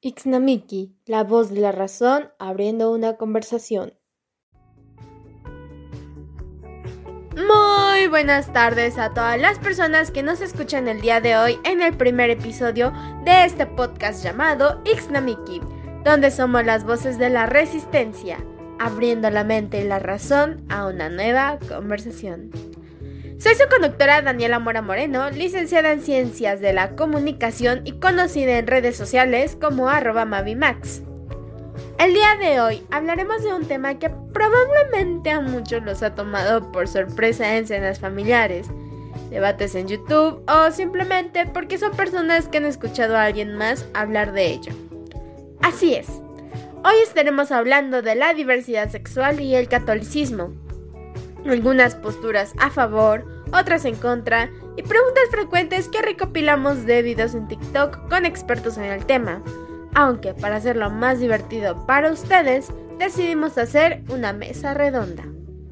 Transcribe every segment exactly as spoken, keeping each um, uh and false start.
Ixnamiki, la voz de la razón, abriendo una conversación. Muy buenas tardes a todas las personas que nos escuchan el día de hoy en el primer episodio de este podcast llamado Ixnamiki, donde somos las voces de la resistencia, abriendo la mente y la razón a una nueva conversación. Soy su conductora Daniela Mora Moreno, licenciada en Ciencias de la Comunicación y conocida en redes sociales como arroba Mavimax. El día de hoy hablaremos de un tema que probablemente a muchos los ha tomado por sorpresa en cenas familiares, debates en YouTube o simplemente porque son personas que han escuchado a alguien más hablar de ello. Así es, hoy estaremos hablando de la diversidad sexual y el catolicismo. Algunas posturas a favor, otras en contra y preguntas frecuentes que recopilamos de videos en TikTok con expertos en el tema. Aunque para hacerlo más divertido para ustedes, decidimos hacer una mesa redonda.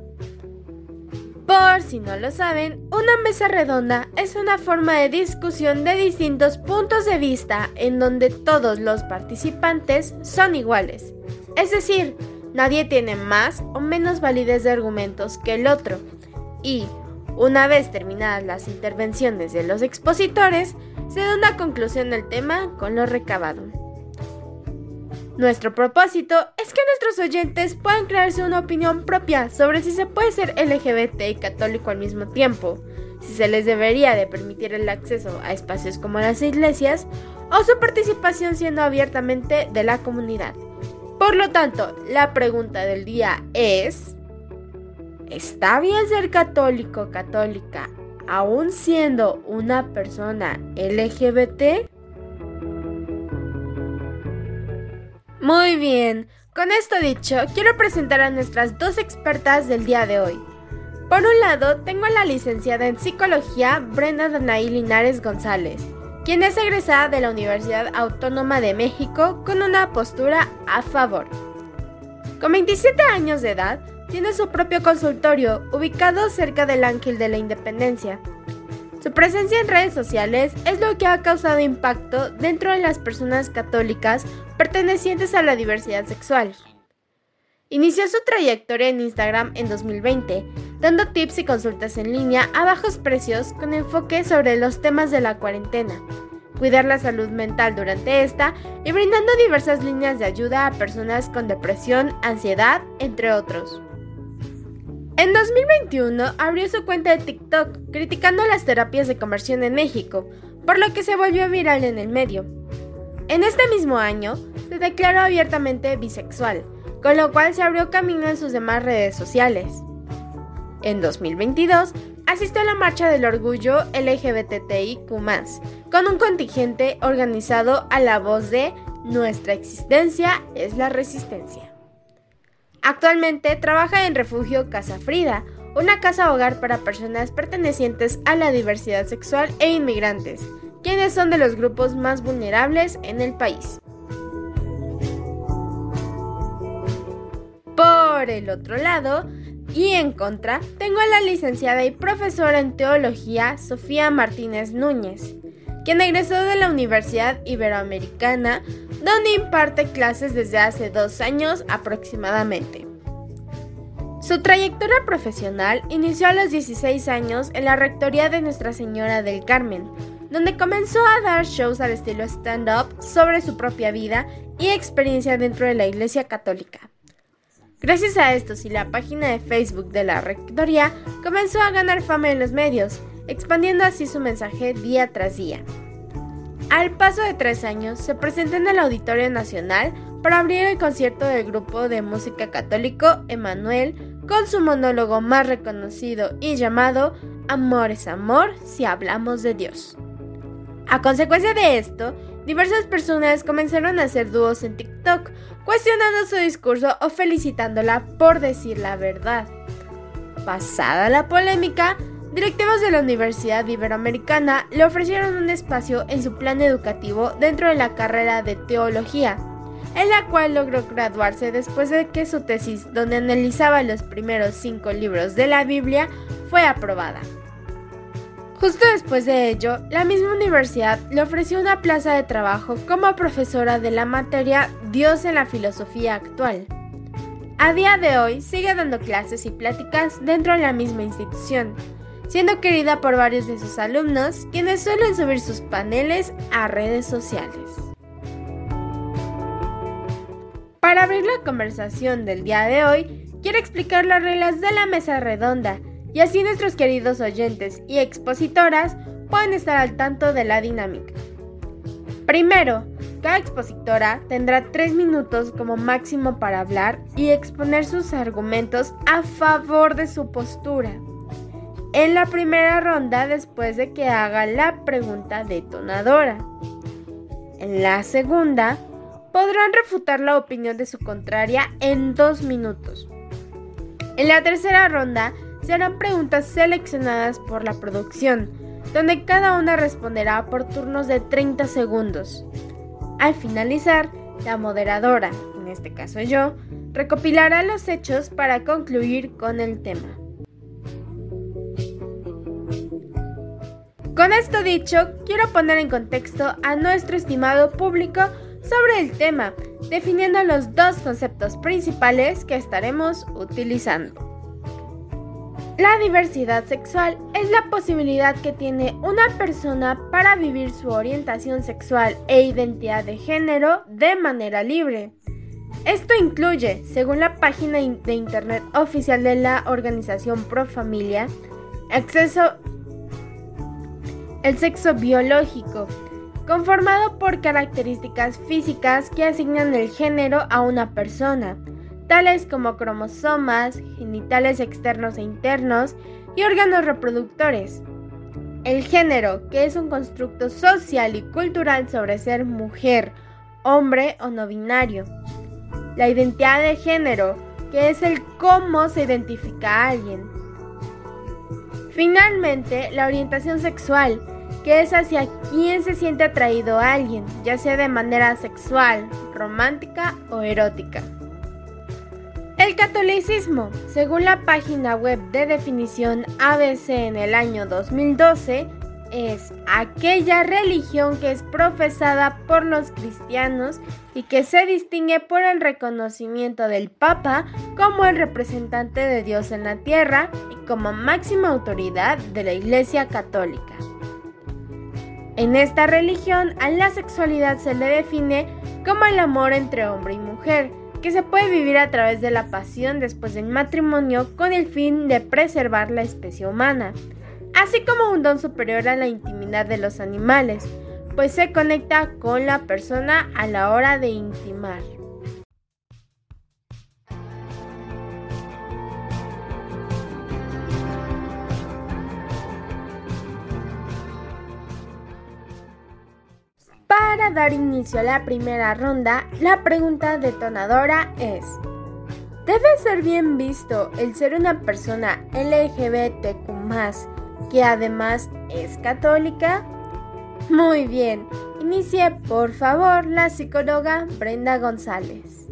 Por si no lo saben, una mesa redonda es una forma de discusión de distintos puntos de vista en donde todos los participantes son iguales. Es decir, nadie tiene más o menos validez de argumentos que el otro. Y, una vez terminadas las intervenciones de los expositores, se da una conclusión del tema con lo recabado. Nuestro propósito es que nuestros oyentes puedan crearse una opinión propia sobre si se puede ser L G B T y católico al mismo tiempo, si se les debería de permitir el acceso a espacios como las iglesias, o su participación siendo abiertamente de la comunidad. Por lo tanto, la pregunta del día es: ¿está bien ser católico o católica aún siendo una persona L G B T? Muy bien, con esto dicho, quiero presentar a nuestras dos expertas del día de hoy. Por un lado, tengo a la licenciada en Psicología Brenda Danaí Linares González, quien es egresada de la Universidad Autónoma de México con una postura a favor. Con veintisiete años de edad, tiene su propio consultorio ubicado cerca del Ángel de la Independencia. Su presencia en redes sociales es lo que ha causado impacto dentro de las personas católicas pertenecientes a la diversidad sexual. Inició su trayectoria en Instagram en dos mil veinte, dando tips y consultas en línea a bajos precios con enfoque sobre los temas de la cuarentena, cuidar la salud mental durante esta y brindando diversas líneas de ayuda a personas con depresión, ansiedad, entre otros. En dos mil veintiuno abrió su cuenta de TikTok criticando las terapias de conversión en México, por lo que se volvió viral en el medio. En este mismo año se declaró abiertamente bisexual, con lo cual se abrió camino en sus demás redes sociales. En dos mil veintidós asistió a la Marcha del Orgullo L G B T I Q más, con un contingente organizado a la voz de Nuestra existencia es la resistencia. Actualmente trabaja en Refugio Casa Frida, una casa hogar para personas pertenecientes a la diversidad sexual e inmigrantes, quienes son de los grupos más vulnerables en el país. Por el otro lado, y en contra, tengo a la licenciada y profesora en teología Sofía Martínez Núñez, quien egresó de la Universidad Iberoamericana, donde imparte clases desde hace dos años aproximadamente. Su trayectoria profesional inició a los dieciséis años en la rectoría de Nuestra Señora del Carmen, donde comenzó a dar shows al estilo stand-up sobre su propia vida y experiencia dentro de la Iglesia Católica. Gracias a estos y la página de Facebook de la rectoría, comenzó a ganar fama en los medios, expandiendo así su mensaje día tras día. Al paso de tres años, se presentó en el Auditorio Nacional para abrir el concierto del grupo de música católico Emmanuel, con su monólogo más reconocido y llamado Amor es amor si hablamos de Dios. A consecuencia de esto, diversas personas comenzaron a hacer dúos en TikTok, cuestionando su discurso o felicitándola por decir la verdad. Pasada la polémica, directivos de la Universidad Iberoamericana le ofrecieron un espacio en su plan educativo dentro de la carrera de teología, en la cual logró graduarse después de que su tesis, donde analizaba los primeros cinco libros de la Biblia, fue aprobada. Justo después de ello, la misma universidad le ofreció una plaza de trabajo como profesora de la materia Dios en la filosofía actual. A día de hoy sigue dando clases y pláticas dentro de la misma institución, siendo querida por varios de sus alumnos, quienes suelen subir sus paneles a redes sociales. Para abrir la conversación del día de hoy, quiero explicar las reglas de la mesa redonda, y así nuestros queridos oyentes y expositoras pueden estar al tanto de la dinámica. Primero, cada expositora tendrá tres minutos como máximo para hablar y exponer sus argumentos a favor de su postura. En la primera ronda, después de que haga la pregunta detonadora. En la segunda, podrán refutar la opinión de su contraria en dos minutos. En la tercera ronda, se harán preguntas seleccionadas por la producción, donde cada una responderá por turnos de treinta segundos. Al finalizar, la moderadora, en este caso yo, recopilará los hechos para concluir con el tema. Con esto dicho, quiero poner en contexto a nuestro estimado público sobre el tema, definiendo los dos conceptos principales que estaremos utilizando. La diversidad sexual es la posibilidad que tiene una persona para vivir su orientación sexual e identidad de género de manera libre. Esto incluye, según la página de internet oficial de la organización Pro Familia, acceso el sexo biológico, conformado por características físicas que asignan el género a una persona, tales como cromosomas, genitales externos e internos y órganos reproductores. El género, que es un constructo social y cultural sobre ser mujer, hombre o no binario. La identidad de género, que es el cómo se identifica a alguien. Finalmente, la orientación sexual, que es hacia quién se siente atraído a alguien, ya sea de manera sexual, romántica o erótica. El catolicismo, según la página web de definición A B C en el año dos mil doce, es aquella religión que es profesada por los cristianos y que se distingue por el reconocimiento del Papa como el representante de Dios en la tierra y como máxima autoridad de la Iglesia Católica. En esta religión, a la sexualidad se le define como el amor entre hombre y mujer, que se puede vivir a través de la pasión después del matrimonio con el fin de preservar la especie humana, así como un don superior a la intimidad de los animales, pues se conecta con la persona a la hora de intimar. Para dar inicio a la primera ronda, la pregunta detonadora es: ¿debe ser bien visto el ser una persona L G B T Q más, que además es católica? Muy bien, inicie por favor la psicóloga Brenda González.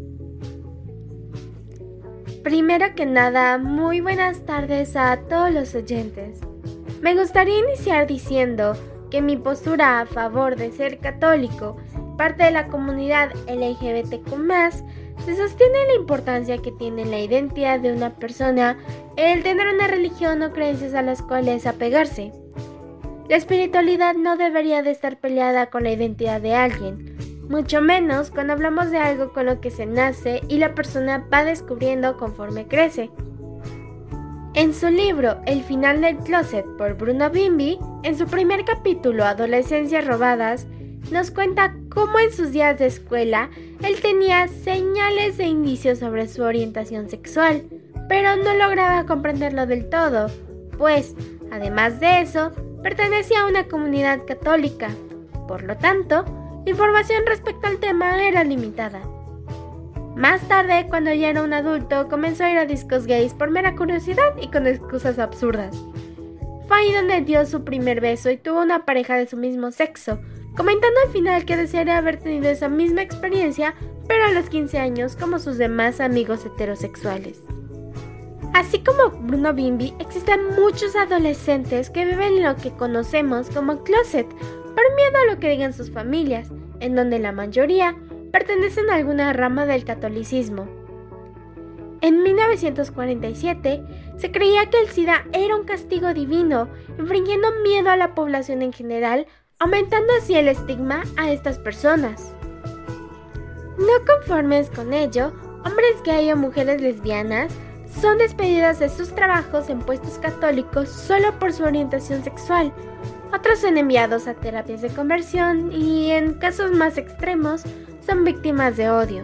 Primero que nada, muy buenas tardes a todos los oyentes. Me gustaría iniciar diciendo que mi postura a favor de ser católico, parte de la comunidad L G B T Q más, se sostiene en la importancia que tiene la identidad de una persona el tener una religión o creencias a las cuales apegarse. La espiritualidad no debería de estar peleada con la identidad de alguien, mucho menos cuando hablamos de algo con lo que se nace y la persona va descubriendo conforme crece. En su libro El final del closet por Bruno Bimby, en su primer capítulo Adolescencias robadas, nos cuenta cómo en sus días de escuela él tenía señales e indicios sobre su orientación sexual, pero no lograba comprenderlo del todo, pues, además de eso, pertenecía a una comunidad católica. Por lo tanto, la información respecto al tema era limitada. Más tarde, cuando ya era un adulto, comenzó a ir a discos gays por mera curiosidad y con excusas absurdas. Fue ahí donde dio su primer beso y tuvo una pareja de su mismo sexo, comentando al final que desearía haber tenido esa misma experiencia, pero a los quince años como sus demás amigos heterosexuales. Así como Bruno Bimbi, existen muchos adolescentes que viven en lo que conocemos como closet por miedo a lo que digan sus familias, en donde la mayoría pertenecen a alguna rama del catolicismo. En mil novecientos cuarenta y siete se creía que el SIDA era un castigo divino, infringiendo miedo a la población en general, aumentando así el estigma a estas personas. No conformes con ello, hombres gay o mujeres lesbianas son despedidas de sus trabajos en puestos católicos solo por su orientación sexual. Otros son enviados a terapias de conversión y, en casos más extremos, son víctimas de odio.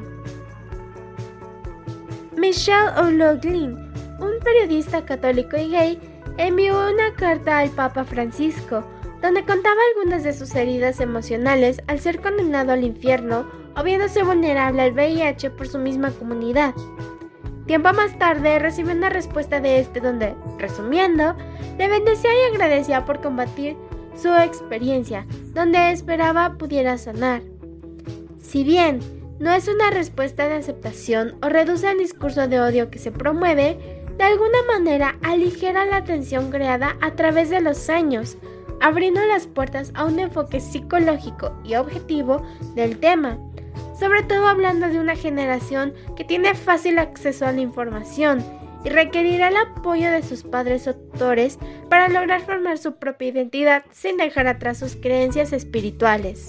Michelle O'Loughlin, un periodista católico y gay, envió una carta al Papa Francisco, donde contaba algunas de sus heridas emocionales al ser condenado al infierno o viéndose vulnerable al V I H por su misma comunidad. Tiempo más tarde recibió una respuesta de este donde, resumiendo, le bendecía y agradecía por combatir su experiencia, donde esperaba pudiera sanar. Si bien no es una respuesta de aceptación o reduce el discurso de odio que se promueve, de alguna manera aligera la tensión creada a través de los años, abriendo las puertas a un enfoque psicológico y objetivo del tema, sobre todo hablando de una generación que tiene fácil acceso a la información y requerirá el apoyo de sus padres o tutores para lograr formar su propia identidad sin dejar atrás sus creencias espirituales.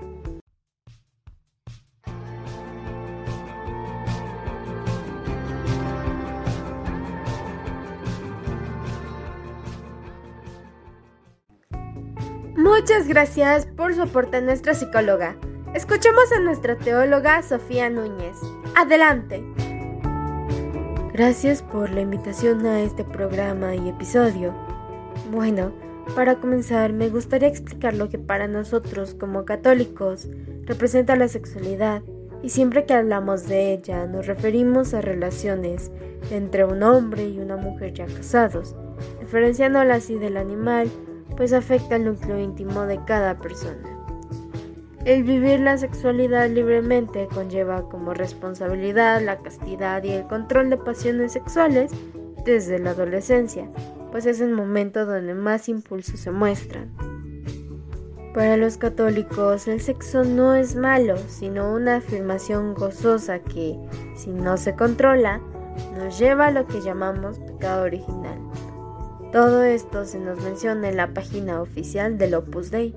Muchas gracias por su aporte a nuestra psicóloga. Escuchemos a nuestra teóloga Sofía Núñez. Adelante. Gracias por la invitación a este programa y episodio. Bueno, para comenzar me gustaría explicar lo que para nosotros como católicos representa la sexualidad, y siempre que hablamos de ella nos referimos a relaciones entre un hombre y una mujer ya casados, diferenciándola así del animal, pues afecta el núcleo íntimo de cada persona. El vivir la sexualidad libremente conlleva como responsabilidad la castidad y el control de pasiones sexuales desde la adolescencia, pues es el momento donde más impulsos se muestran. Para los católicos, el sexo no es malo, sino una afirmación gozosa que, si no se controla, nos lleva a lo que llamamos pecado original. Todo esto se nos menciona en la página oficial del Opus Dei.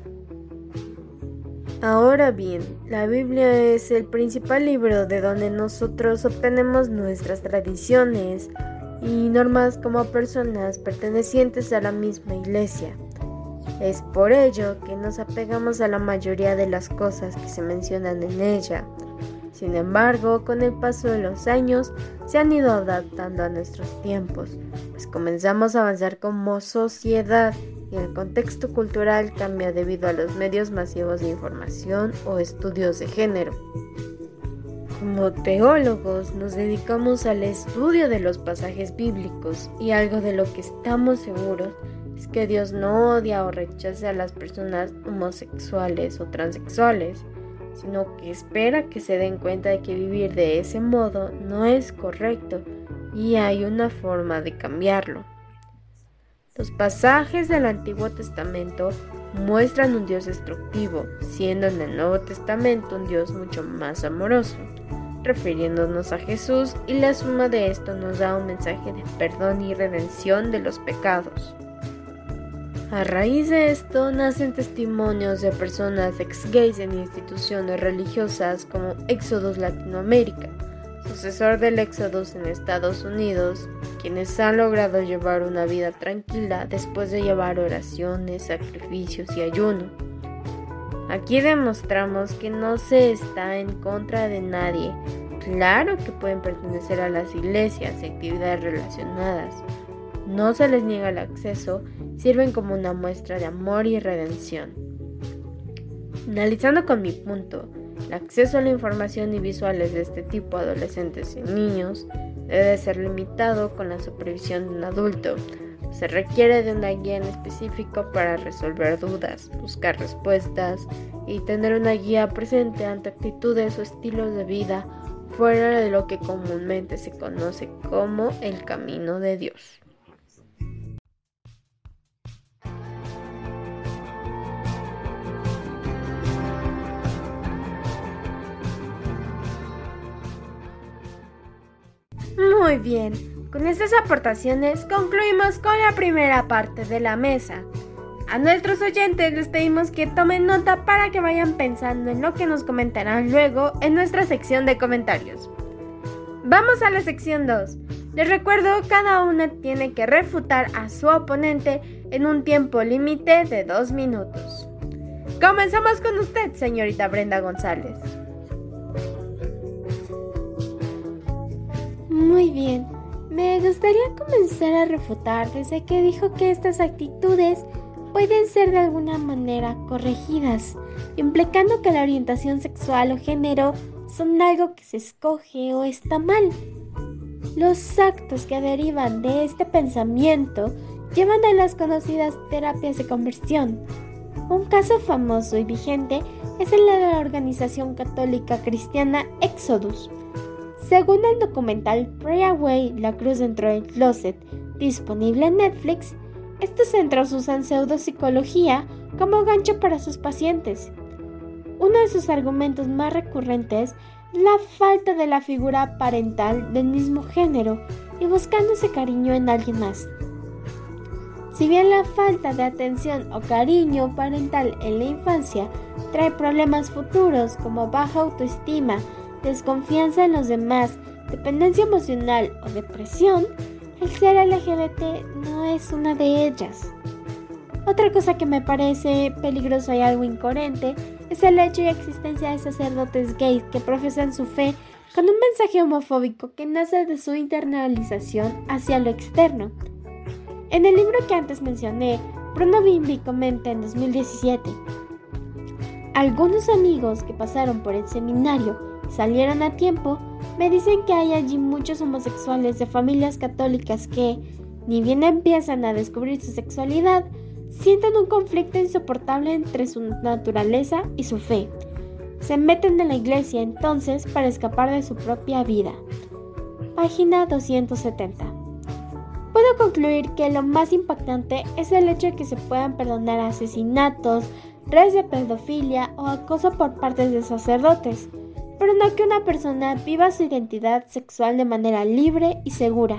Ahora bien, la Biblia es el principal libro de donde nosotros obtenemos nuestras tradiciones y normas como personas pertenecientes a la misma iglesia. Es por ello que nos apegamos a la mayoría de las cosas que se mencionan en ella. Sin embargo, con el paso de los años se han ido adaptando a nuestros tiempos, pues comenzamos a avanzar como sociedad y el contexto cultural cambia debido a los medios masivos de información o estudios de género. Como teólogos nos dedicamos al estudio de los pasajes bíblicos y algo de lo que estamos seguros es que Dios no odia o rechaza a las personas homosexuales o transexuales, sino que espera que se den cuenta de que vivir de ese modo no es correcto y hay una forma de cambiarlo. Los pasajes del Antiguo Testamento muestran un Dios destructivo, siendo en el Nuevo Testamento un Dios mucho más amoroso, refiriéndonos a Jesús, y la suma de esto nos da un mensaje de perdón y redención de los pecados. A raíz de esto nacen testimonios de personas ex-gays en instituciones religiosas como Éxodus Latinoamérica, sucesor del Éxodus en Estados Unidos, quienes han logrado llevar una vida tranquila después de llevar oraciones, sacrificios y ayuno. Aquí demostramos que no se está en contra de nadie. Claro que pueden pertenecer a las iglesias y actividades relacionadas. No se les niega el acceso, sirven como una muestra de amor y redención. Analizando con mi punto, el acceso a la información y visuales de este tipo a adolescentes y niños debe ser limitado con la supervisión de un adulto. Se requiere de una guía en específico para resolver dudas, buscar respuestas y tener una guía presente ante actitudes o estilos de vida fuera de lo que comúnmente se conoce como el camino de Dios. Muy bien, con estas aportaciones concluimos con la primera parte de la mesa. A nuestros oyentes les pedimos que tomen nota para que vayan pensando en lo que nos comentarán luego en nuestra sección de comentarios. Vamos a la sección dos. Les recuerdo, cada una tiene que refutar a su oponente en un tiempo límite de dos minutos. Comenzamos con usted, señorita Brenda González. Muy bien, me gustaría comenzar a refutar desde que dijo que estas actitudes pueden ser de alguna manera corregidas, implicando que la orientación sexual o género son algo que se escoge o está mal. Los actos que derivan de este pensamiento llevan a las conocidas terapias de conversión. Un caso famoso y vigente es el de la organización católica cristiana Exodus. Según el documental Pray Away, la cruz dentro del closet, disponible en Netflix, estos centros usan pseudopsicología como gancho para sus pacientes. Uno de sus argumentos más recurrentes es la falta de la figura parental del mismo género y buscando ese cariño en alguien más. Si bien la falta de atención o cariño parental en la infancia trae problemas futuros como baja autoestima, desconfianza en los demás, dependencia emocional o depresión, el ser L G B T no es una de ellas. Otra cosa que me parece peligrosa y algo incoherente es el hecho y existencia de sacerdotes gays que profesan su fe con un mensaje homofóbico que nace de su internalización hacia lo externo. En el libro que antes mencioné, Bruno Bimbi comenta en dos mil diecisiete: algunos amigos que pasaron por el seminario y salieron a tiempo me dicen que hay allí muchos homosexuales de familias católicas que, ni bien empiezan a descubrir su sexualidad, sienten un conflicto insoportable entre su naturaleza y su fe. Se meten en la iglesia entonces para escapar de su propia vida. Página doscientos setenta. Puedo concluir que lo más impactante es el hecho de que se puedan perdonar asesinatos, redes de pedofilia o acoso por parte de sacerdotes, pero no que una persona viva su identidad sexual de manera libre y segura.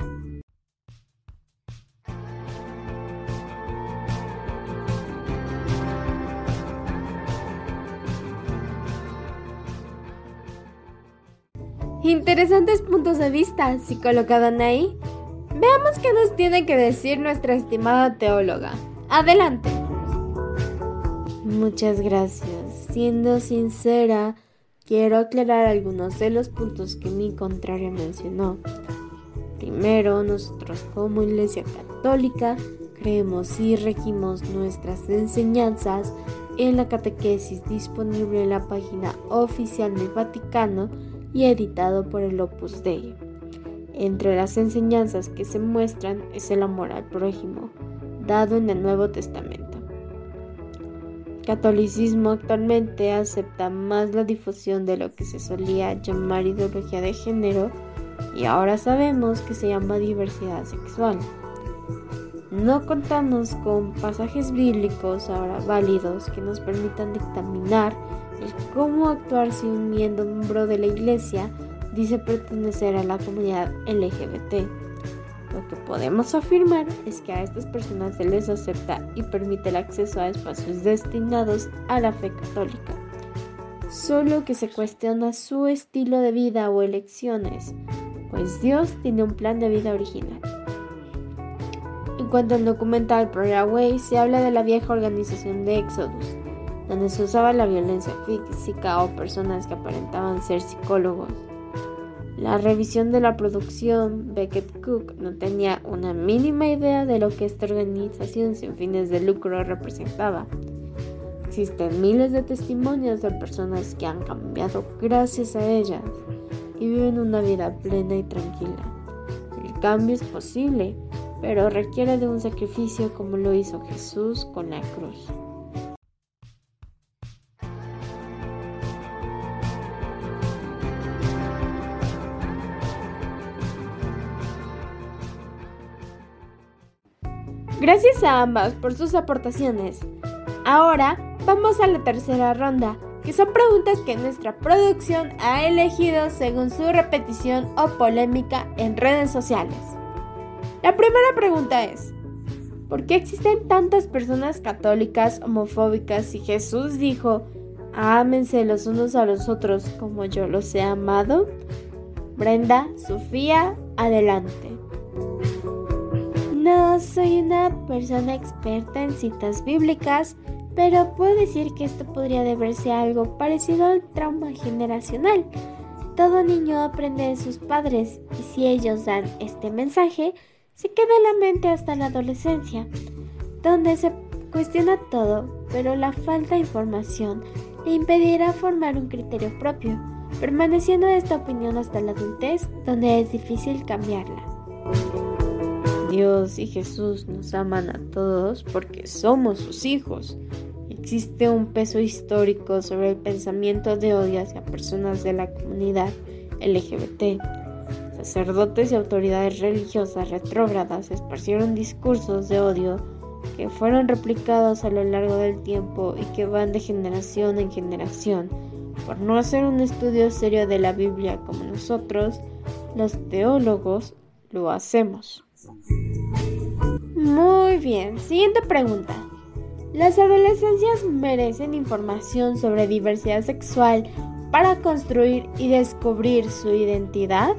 Interesantes puntos de vista, psicóloga Danaí. Veamos qué nos tiene que decir nuestra estimada teóloga. Adelante. Muchas gracias. Siendo sincera, quiero aclarar algunos de los puntos que mi contraria mencionó. Primero, nosotros como Iglesia Católica creemos y regimos nuestras enseñanzas en la catequesis disponible en la página oficial del Vaticano y editado por el Opus Dei. Entre las enseñanzas que se muestran es el amor al prójimo, dado en el Nuevo Testamento. El catolicismo actualmente acepta más la difusión de lo que se solía llamar ideología de género y ahora sabemos que se llama diversidad sexual. No contamos con pasajes bíblicos ahora válidos que nos permitan dictaminar el cómo actuar si un miembro de la iglesia dice pertenecer a la comunidad L G B T. Lo que podemos afirmar es que a estas personas se les acepta y permite el acceso a espacios destinados a la fe católica, solo que se cuestiona su estilo de vida o elecciones, pues Dios tiene un plan de vida original. En cuanto al documental Pray Away, se habla de la vieja organización de Exodus, donde se usaba la violencia física o personas que aparentaban ser psicólogos. La revisión de la producción, Becket Cook no tenía una mínima idea de lo que esta organización sin fines de lucro representaba. Existen miles de testimonios de personas que han cambiado gracias a ellas y viven una vida plena y tranquila. El cambio es posible, pero requiere de un sacrificio como lo hizo Jesús con la cruz. Gracias a ambas por sus aportaciones. Ahora vamos a la tercera ronda, que son preguntas que nuestra producción ha elegido según su repetición o polémica en redes sociales. La primera pregunta es: ¿por qué existen tantas personas católicas homofóbicas si Jesús dijo: ámense los unos a los otros como yo los he amado? Brenda, Sofía, adelante. No soy una persona experta en citas bíblicas, pero puedo decir que esto podría deberse a algo parecido al trauma generacional. Todo niño aprende de sus padres y si ellos dan este mensaje, se queda en la mente hasta la adolescencia, donde se cuestiona todo, pero la falta de información le impedirá formar un criterio propio, permaneciendo esta opinión hasta la adultez, donde es difícil cambiarla. Dios y Jesús nos aman a todos porque somos sus hijos. Existe un peso histórico sobre el pensamiento de odio hacia personas de la comunidad L G B T. Sacerdotes y autoridades religiosas retrógradas esparcieron discursos de odio que fueron replicados a lo largo del tiempo y que van de generación en generación. Por no hacer un estudio serio de la Biblia como nosotros, los teólogos, lo hacemos. Muy bien, siguiente pregunta. ¿Las adolescencias merecen información sobre diversidad sexual para construir y descubrir su identidad?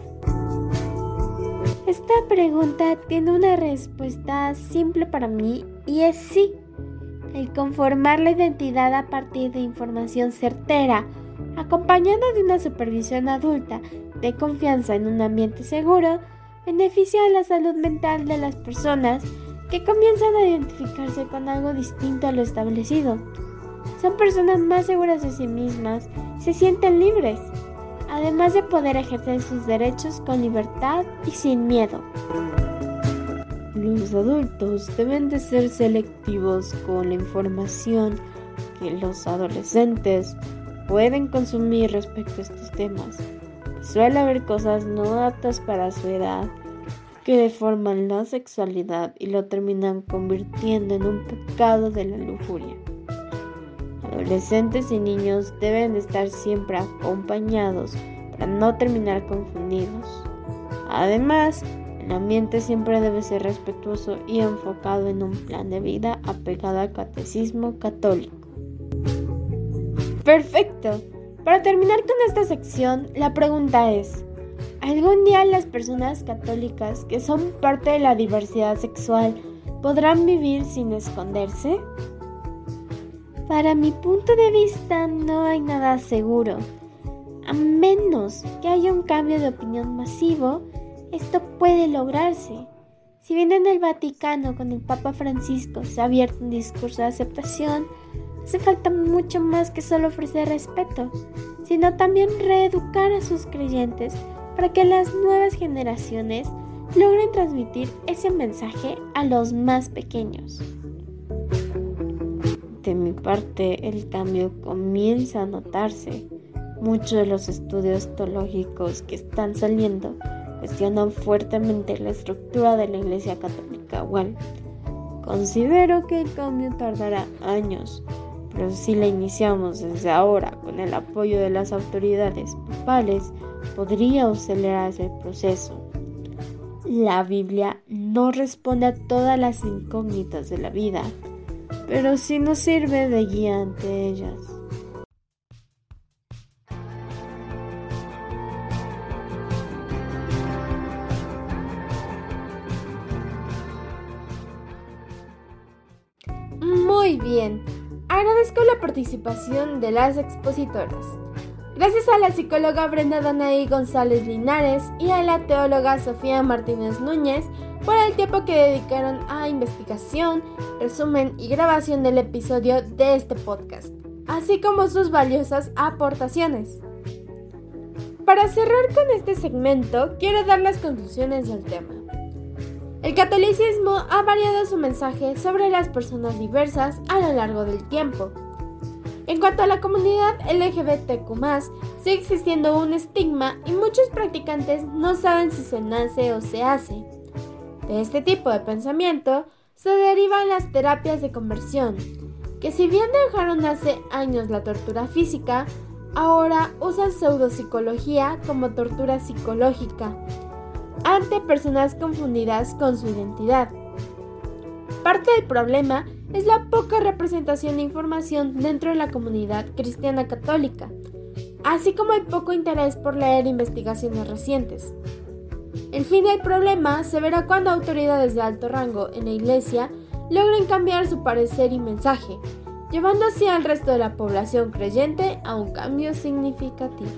Esta pregunta tiene una respuesta simple para mí y es sí. El conformar la identidad a partir de información certera, acompañada de una supervisión adulta de confianza en un ambiente seguro, beneficia a la salud mental de las personas que comienzan a identificarse con algo distinto a lo establecido. Son personas más seguras de sí mismas y se sienten libres, además de poder ejercer sus derechos con libertad y sin miedo. Los adultos deben de ser selectivos con la información que los adolescentes pueden consumir respecto a estos temas. Suele haber cosas no aptas para su edad que deforman la sexualidad y lo terminan convirtiendo en un pecado de la lujuria. Adolescentes y niños deben estar siempre acompañados para no terminar confundidos. Además, el ambiente siempre debe ser respetuoso y enfocado en un plan de vida apegado al catecismo católico. ¡Perfecto! Para terminar con esta sección, la pregunta es: ¿algún día las personas católicas que son parte de la diversidad sexual podrán vivir sin esconderse? Para mi punto de vista, no hay nada seguro. A menos que haya un cambio de opinión masivo, esto puede lograrse. Si bien en el Vaticano con el Papa Francisco se ha abierto un discurso de aceptación, hace falta mucho más que solo ofrecer respeto, sino también reeducar a sus creyentes para que las nuevas generaciones logren transmitir ese mensaje a los más pequeños. De mi parte, el cambio comienza a notarse. Muchos de los estudios teológicos que están saliendo cuestionan fuertemente la estructura de la Iglesia Católica actual. Considero que el cambio tardará años, pero si la iniciamos desde ahora con el apoyo de las autoridades papales, podría acelerarse el proceso. La Biblia no responde a todas las incógnitas de la vida, pero sí nos sirve de guía ante ellas. Muy bien, agradezco la participación de las expositoras. Gracias a la psicóloga Brenda Danaí González Linares y a la teóloga Sofía Martínez Núñez por el tiempo que dedicaron a investigación, resumen y grabación del episodio de este podcast, así como sus valiosas aportaciones. Para cerrar con este segmento, quiero dar las conclusiones del tema. El catolicismo ha variado su mensaje sobre las personas diversas a lo largo del tiempo. En cuanto a la comunidad L G B T Q más, sigue existiendo un estigma y muchos practicantes no saben si se nace o se hace. De este tipo de pensamiento se derivan las terapias de conversión, que si bien dejaron hace años la tortura física, ahora usan pseudopsicología como tortura psicológica ante personas confundidas con su identidad. Parte del problema es la poca representación de información dentro de la comunidad cristiana católica, así como el poco interés por leer investigaciones recientes. El fin del problema se verá cuando autoridades de alto rango en la Iglesia logren cambiar su parecer y mensaje, llevando así al resto de la población creyente a un cambio significativo.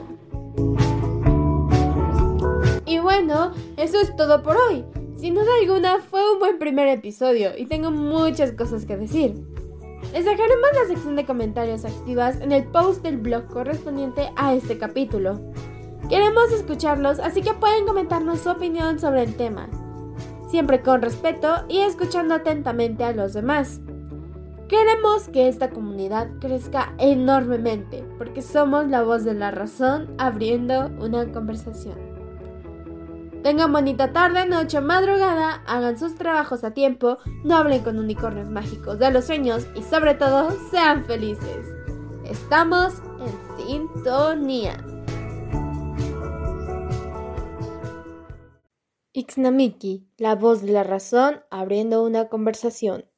Y bueno, eso es todo por hoy. Sin duda alguna fue un buen primer episodio y tengo muchas cosas que decir. Les dejaremos la sección de comentarios activas en el post del blog correspondiente a este capítulo. Queremos escucharlos, así que pueden comentarnos su opinión sobre el tema, siempre con respeto y escuchando atentamente a los demás. Queremos que esta comunidad crezca enormemente, porque somos la voz de la razón abriendo una conversación. Tengan bonita tarde, noche o madrugada, hagan sus trabajos a tiempo, no hablen con unicornios mágicos de los sueños y sobre todo, sean felices. Estamos en sintonía. Ixnamiki, la voz de la razón abriendo una conversación.